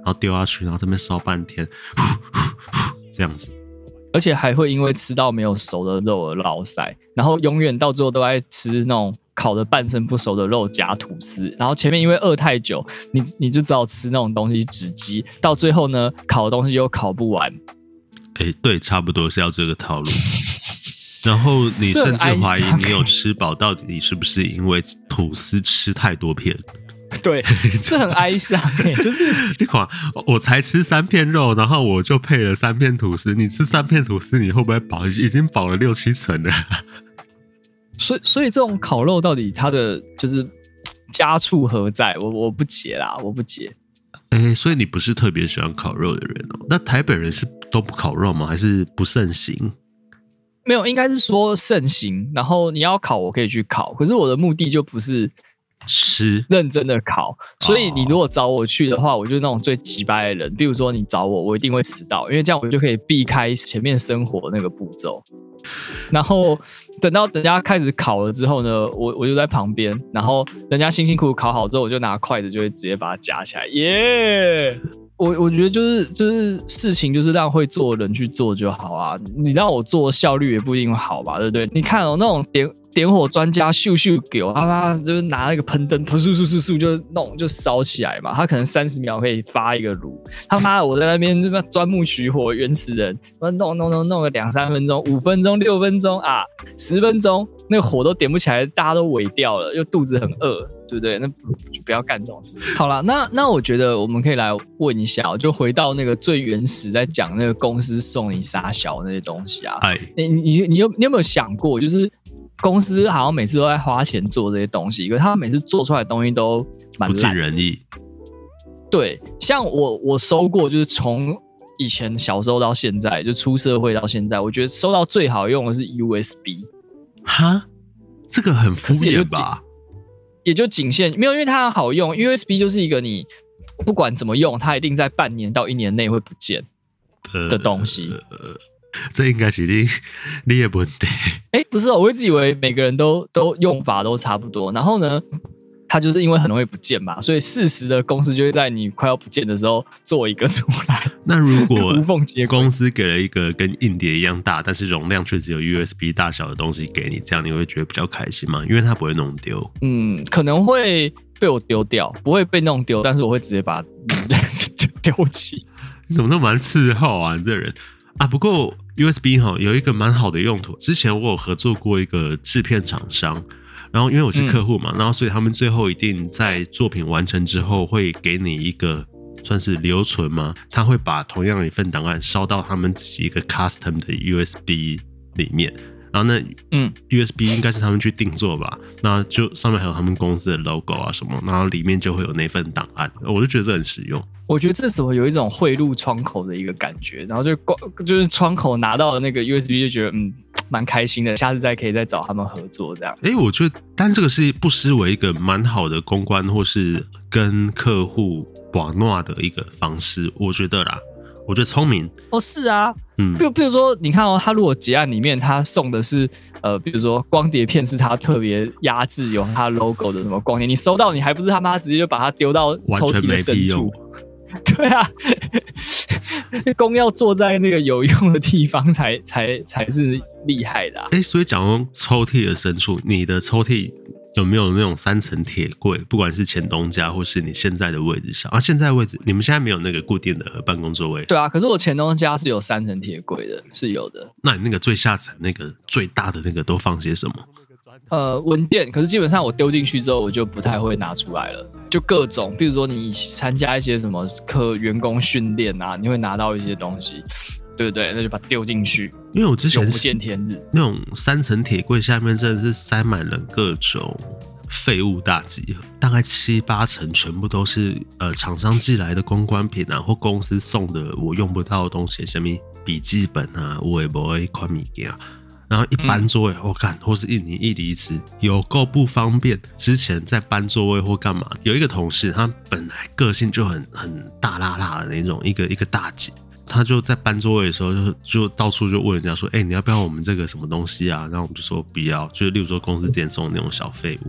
然后丢下去，然后这边烧半天，呼呼呼这样子。 而且还会因为吃到没有熟的肉而落腮，然后永远到最后都在吃那种烤的半生不熟的肉夹吐司，然后前面因为饿太久，你你就只好吃那种东西止饥，到最后呢，烤的东西又烤不完。 哎、欸，对，差不多是要这个套路。然后你甚至怀疑你有吃饱，到底是不是因为吐司吃太多片？ 对，这很哀伤哎、欸，就是你看，我才吃三片肉，然后我就配了三片吐司。你吃三片吐司，你会不会饱？已经饱了六七层了。 所以，所以这种烤肉到底它的就是家处何在？我我不解啦，我不解。 哎、欸，所以你不是特别喜欢烤肉的人哦？那台北人是都不烤肉吗？还是不盛行？ 没有，应该是说盛行。然后你要烤，我可以去烤，可是我的目的就不是吃认真的烤。所以你如果找我去的话，我就是那种最急掰的人。比如说你找我，我一定会迟到，因为这样我就可以避开前面生火那个步骤。然后等到人家开始烤了之后呢，我我就在旁边，然后人家辛辛苦苦烤好之后，我就拿筷子就会直接把它夹起来，耶、yeah! 我我觉得就是就是事情就是让会做的人去做就好啊，你让我做效率也不一定会好吧，对不对？你看哦，那种点点火专家咻咻给我，他妈就是拿那个喷灯，噗咻咻咻咻就弄就烧起来嘛，他可能三十秒可以发一个炉，他妈的我在那边钻木取火，原始人，弄弄弄弄个两三分钟、五分钟、六分钟啊，十分钟，那个火都点不起来，大家都萎掉了，又肚子很饿。对不对？那就不要干这种事。好啦，那那我觉得我们可以来问一下，就回到那个最原始，在讲那个公司送你啥小那些东西啊。 哎， 你你你有你有没有想过，就是公司好像每次都在花钱做这些东西，可是他们每次做出来的东西都蛮烂， 不尽人意。 对，像我我收过，就是从以前小时候到现在，就出社会到现在，我觉得收到最好用的是 U S B。 哈，这个很敷衍吧？ 也就仅限没有，因为它好用。U S B 就是一个你不管怎么用，它一定在半年到一年内会不见的东西。呃呃、这应该是你你的问题。 哎，不是、哦，我一直以为每个人都都用法都差不多。然后呢，它就是因为很容易不见嘛，所以适时的公司就会在你快要不见的时候做一个出来。 那如果无缝接轨， 公司给了一个跟硬碟一样大，但是容量却只有 U S B 大小的东西给你，这样你会觉得比较开心吗？因为它不会弄丢。 嗯，可能会被我丢掉，不会被弄丢，但是我会直接把它丢弃。 你怎么那么蛮伺候啊，你这人啊！不过 U S B 哈有一个蛮好的用途，之前我有合作过一个制片厂商。然后因为我是客户嘛、嗯，然后所以他们最后一定在作品完成之后会给你一个算是留存嘛，他会把同样的一份档案烧到他们自己一个 custom 的 U S B 里面，然后那嗯 U S B 应该是他们去定做吧，那就上面还有他们公司的 logo 啊什么，然后里面就会有那份档案，我就觉得这很实用。 我觉得这时候有一种汇入窗口的一个感觉，然后就就是窗口拿到的那个 U S B 就觉得嗯蛮开心的，下次再可以再找他们合作这样。 哎、欸，我觉得但这个是不失为一个蛮好的公关或是跟客户把诺的一个方式，我觉得啦，我觉得聪明。 哦，是啊，嗯，比如比如说你看哦，他如果结案里面他送的是呃，比如说光碟片是他特别压制有他 logo 的什么光碟，你收到你还不是他妈直接就把它丢到抽屉的深处。对啊，公要坐在那个有用的地方才才才是厉害的、啊。 哎、欸，所以讲到抽屉的深处，你的抽屉有没有那种三层铁柜？不管是前东家或是你现在的位置上啊，现在的位置你们现在没有那个固定的办公座位？ 对啊，可是我前东家是有三层铁柜的，是有的。 那你那个最下层那个最大的那个都放些什么？ 呃，文件，可是基本上我丢进去之后，我就不太会拿出来了。就各种，比如说你参加一些什么课员工训练啊，你会拿到一些东西，对不对？那就把它丢进去。 因为我之前永不见天日， 那种三层铁柜下面真的是塞满了各种废物大集合，大概七八成全部都是呃厂商寄来的公关品啊，或公司送的我用不到的东西，什么笔记本啊，我也不会款物件。然后一搬座位，我、嗯、看、哦、或是印尼一离职，有够不方便。之前在搬座位或干嘛，有一个同事，他本来个性就很很大辣辣的那种，一个一个大姐，他就在搬座位的时候就，就到处就问人家说：“哎、欸，你要不要我们这个什么东西啊？”然后我们就说不要，就是例如说公司之前送的那种小废物。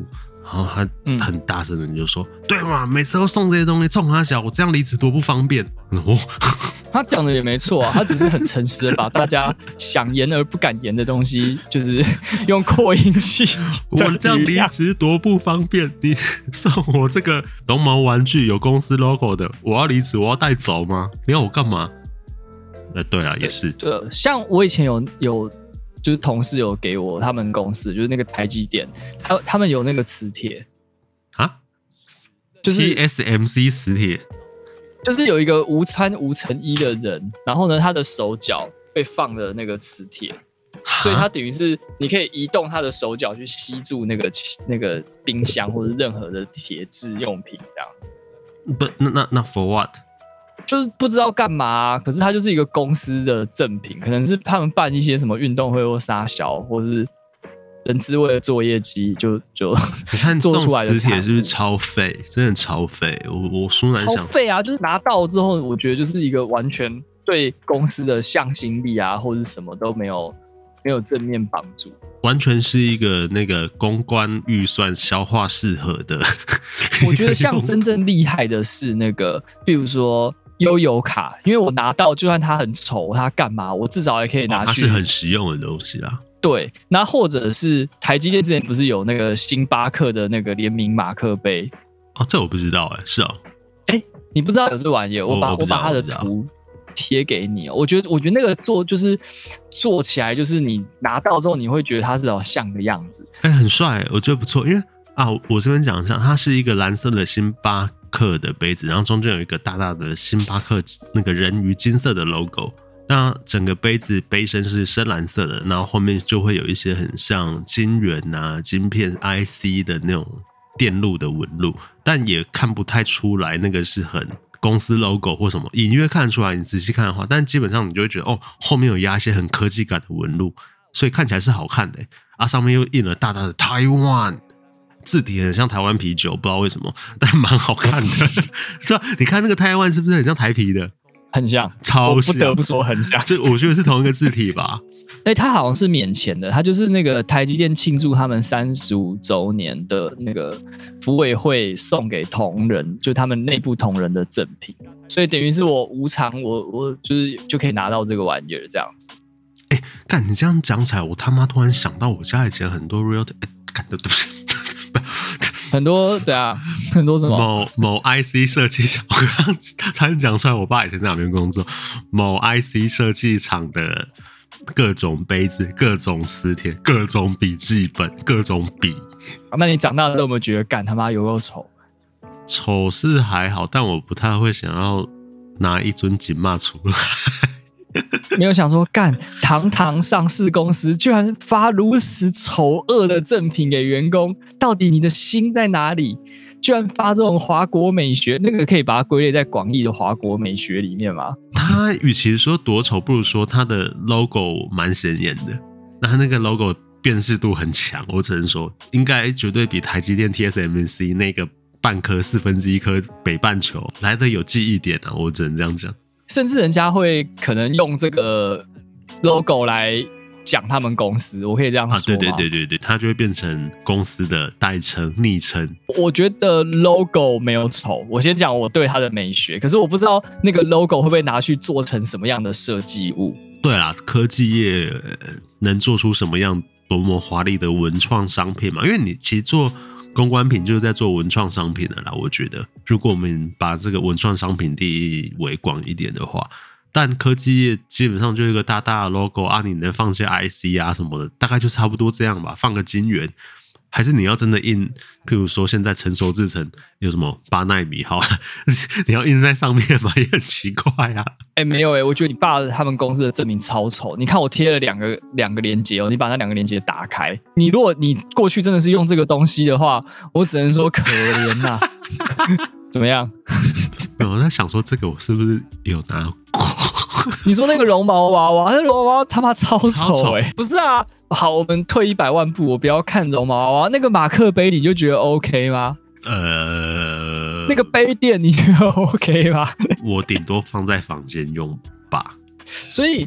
然后他很大声的就说：“嗯、对嘛，每次都送这些东西，冲他小，我这样离职多不方便。”哦， 他讲的也没错啊，他只是很诚实的把大家想言而不敢言的东西，就是用扩音器。 我这样离职多不方便，你送我这个绒毛玩具有公司 logo 的，我要离职，我要带走吗？你要我干嘛？呃，对啊，也是。 对，像我以前有有。就是同事有给我他们公司，就是那个台积电，他他们有那个磁铁啊， 就是 T S M C 磁铁， 就是有一个无参无成衣的人，然后呢，他的手脚被放了那个磁铁，所以他等于是你可以移动他的手脚去吸住那个那个冰箱或者任何的铁制用品这样子。 不，那那那 for what？ 就是不知道干嘛、啊，可是它就是一个公司的赠品，可能是他们办一些什么运动会或杀小，或是人资为了做业绩就就你看做出来的磁铁是不是超废？真的超废！我我殊难想， 超废啊！就是拿到之后，我觉得就是一个完全对公司的向心力啊，或者什么都没有没有正面帮助， 完全是一个那个公关预算消化适合的。 我觉得像真正厉害的是那个，比如说。悠游卡，因为我拿到，就算它很丑，它干嘛，我至少也可以拿去。 哦、它是很实用的东西啦。 对，那或者是台积电之前不是有那个星巴克的那个联名马克杯？ 哦，这我不知道哎、欸，是哦。 哎、欸，你不知道有这玩意儿？我把 我, 我把它的图贴给你哦。我觉得，我觉得那个做就是做起来，就是你拿到之后，你会觉得它是好像的样子。 哎、欸，很帅，我觉得不错。因为啊，我这边讲一下，它是一个蓝色的星巴克的杯子，然后中间有一个大大的星巴克那个人鱼金色的 logo。那整个杯子杯身是深蓝色的，然后后面就会有一些很像晶圆啊、晶片 I C 的那种电路的纹路，但也看不太出来那个是很公司 logo 或什么，隐约看出来，你仔细看的话，但基本上你就会觉得哦，后面有压一些很科技感的纹路，所以看起来是好看的、欸、啊，上面又印了大大的 Taiwan。字体很像台湾啤酒，不知道为什么，但蛮好看的。是吧？你看那个台湾是不是很像台啤的？ 很像， 超像， 我不得不说很像。 这我觉得是同一个字体吧？ 哎、欸，它好像是免钱的，它就是那个台积电庆祝他们三十五周年的那个福委会送给同仁，就他们内部同仁的赠品，所以等于是我无偿，我我就是就可以拿到这个玩意儿这样子。 哎、欸，干你这样讲起来，我他妈突然想到我家以前很多 real， 哎、欸，干的对不起。 很多怎样？很多什么？ 某某 I C 设计厂，我刚刚差点讲出来，我爸以前在哪边工作？某 I C 设计厂的各种杯子、各种磁铁、各种笔记本、各种笔。 那你长大之后有没有觉得，干他妈有够丑？ 丑是还好，但我不太会想要拿一尊锦骂出来。 没有想说，干堂堂上市公司居然发如此丑恶的赠品给员工，到底你的心在哪里？居然发这种华国美学，那个可以把它归类在广义的华国美学里面吗？ 他与其说多丑，不如说他的 logo 蛮显眼的，那他那个 logo 辨识度很强，我只能说，应该绝对比台积电 T S M C 那个半颗四分之一颗北半球来的有记忆点啊，我只能这样讲。 甚至人家会可能用这个 logo 来讲他们公司，我可以这样说吗？啊， 对对对对对，它就会变成公司的代称、昵称。 我觉得 logo 没有丑，我先讲我对它的美学，可是我不知道那个 logo 会不会拿去做成什么样的设计物。 对啦，科技业能做出什么样多么华丽的文创商品嘛？因为你其实做公关品就是在做文创商品的啦，我觉得如果我们把这个文创商品定义为广一点的话，但科技业基本上就一个大大的 logo 啊，你能放些 I C 啊什么的，大概就差不多这样吧，放个晶圆，还是你要真的印，譬如说现在成熟制程有什么八奈米好，你要印在上面嘛，也很奇怪啊。 哎、欸，没有哎、欸，我觉得你爸他们公司的证明超丑。你看我贴了两个两个连结哦，你把那两个连结打开，你如果你过去真的是用这个东西的话，我只能说可怜呐、啊。怎么样？ 我在想说这个我是不是有拿过？ 你说那个绒毛娃娃，那绒毛娃娃他妈超丑哎、欸！不是啊，好，我们退一百万步，我不要看绒毛娃娃，那个马克杯你就觉得 OK 吗？ 呃， 那个杯垫你觉得 OK 吗？ 我顶多放在房间用吧。 所以，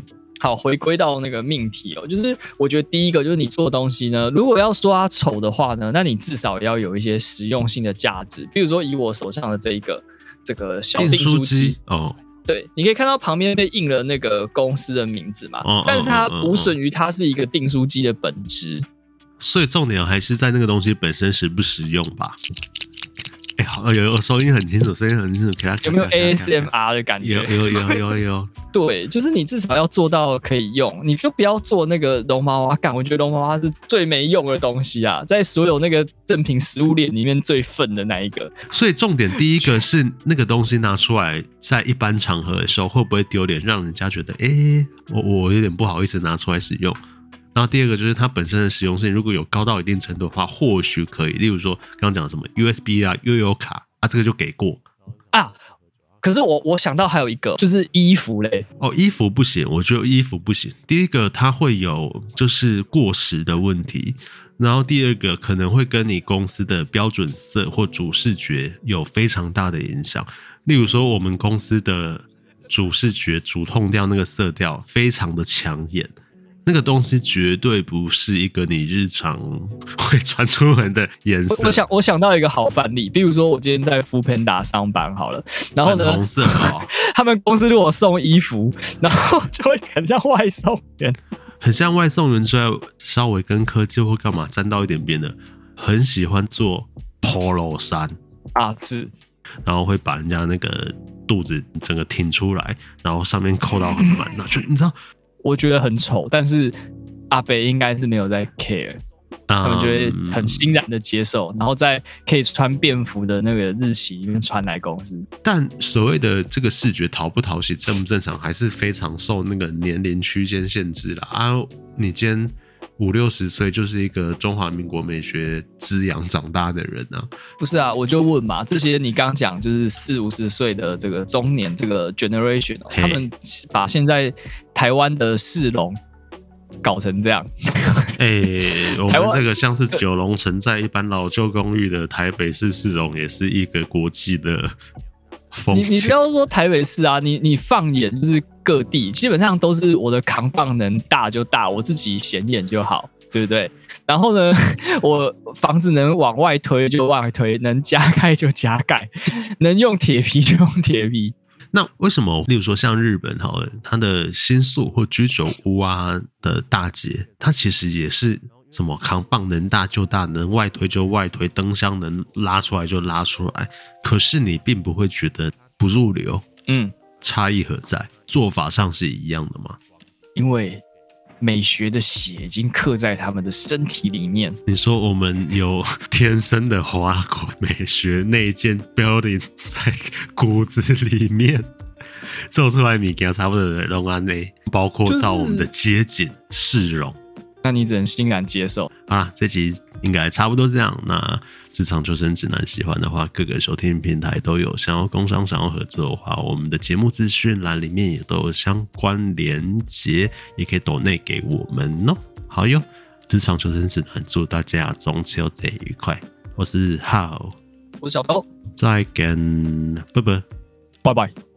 好，回归到那个命题哦，就是我觉得第一个就是你做东西呢，如果要说它丑的话呢，那你至少要有一些实用性的价值。比如说以我手上的这一个这个小订书机哦， 对，你可以看到旁边被印了那个公司的名字嘛， 哦、 但是它无损于它是一个订书机的本质。 所以重点还是在那个东西本身实不实用吧。哎、欸，好，有有收音很清楚，声音很清楚，给他有没有 A S M R 的感觉？ 有有有有有。 对，就是你至少要做到可以用，你就不要做那个龙妈妈干。我觉得龙妈妈是最没用的东西啊，在所有那个正品食物链里面最笨的那一个。 所以重点第一个是那个东西拿出来，在一般场合的时候会不会丢脸，让人家觉得哎、欸，我我有点不好意思拿出来使用。然后第二个就是它本身的实用性，如果有高到一定程度的话，或许可以。例如说刚刚讲的什么 U S B 啊、悠游卡啊，这个就给过啊。可是我我想到还有一个，就是衣服嘞。 哦，衣服不行，我觉得衣服不行。第一个它会有就是过时的问题，然后第二个可能会跟你公司的标准色或主视觉有非常大的影响。例如说我们公司的主视觉主痛调那个色调非常的抢眼。那个东西绝对不是一个你日常会穿出门的颜色。 我, 我想，我想到一个好范例，比如说我今天在 Foodpanda 上班好了，然后呢， 粉红色哦， 他们公司如果送衣服，然后就会很像外送员， 很像外送员之外，稍微跟科技或干嘛沾到一点边的，很喜欢做 polo 衫啊，是， 然后会把人家那个肚子整个挺出来，然后上面扣到很满，然后就你知道。 我觉得很丑，但是阿北应该是没有在 care，、嗯、他们就会很欣然的接受，然后在可以穿便服的那个日期里面穿来公司。 但所谓的这个视觉讨不讨喜、正不正常，还是非常受那个年龄区间限制啦。啊，你今天五六十岁就是一个中华民国美学滋养长大的人啊。 不是啊，我就问嘛，这些你刚刚讲就是四五十岁的这个中年这个 generation，、哦、他们把现在台湾的市容搞成这样。 哎、欸，我们这个像是九龙城在一般老旧公寓的台北市市容，也是一个国际的风景。 你你不要说台北市啊，你你放眼就是各地，基本上都是我的扛棒能大就大，我自己显眼就好，对不对？然后呢，我房子能往外推就往外推，能加盖就加盖，能用铁皮就用铁皮。 那为什么，例如说像日本好了，它的新宿或居酒屋啊的大街，它其实也是什么扛棒能大就大，能外推就外推，灯箱能拉出来就拉出来，可是你并不会觉得不入流。 嗯， 差异何在？做法上是一样的吗？ 因为美学的血已经刻在他们的身体里面。 你说我们有天生的华国美学内建 building 在骨子里面，做出来米给差不多的容安内，包括到我们的街景、市容。 那你只能欣然接受啊！这集应该差不多这样。那职场求生指南喜欢的话，各个收听平台都有。想要工商、想要合作的话，我们的节目资讯栏里面也都有相关连结，也可以抖内给我们哦。好哟，职场求生指南，祝大家中秋节愉快！我是浩， 我是小偷， 再见，拜拜， 拜拜。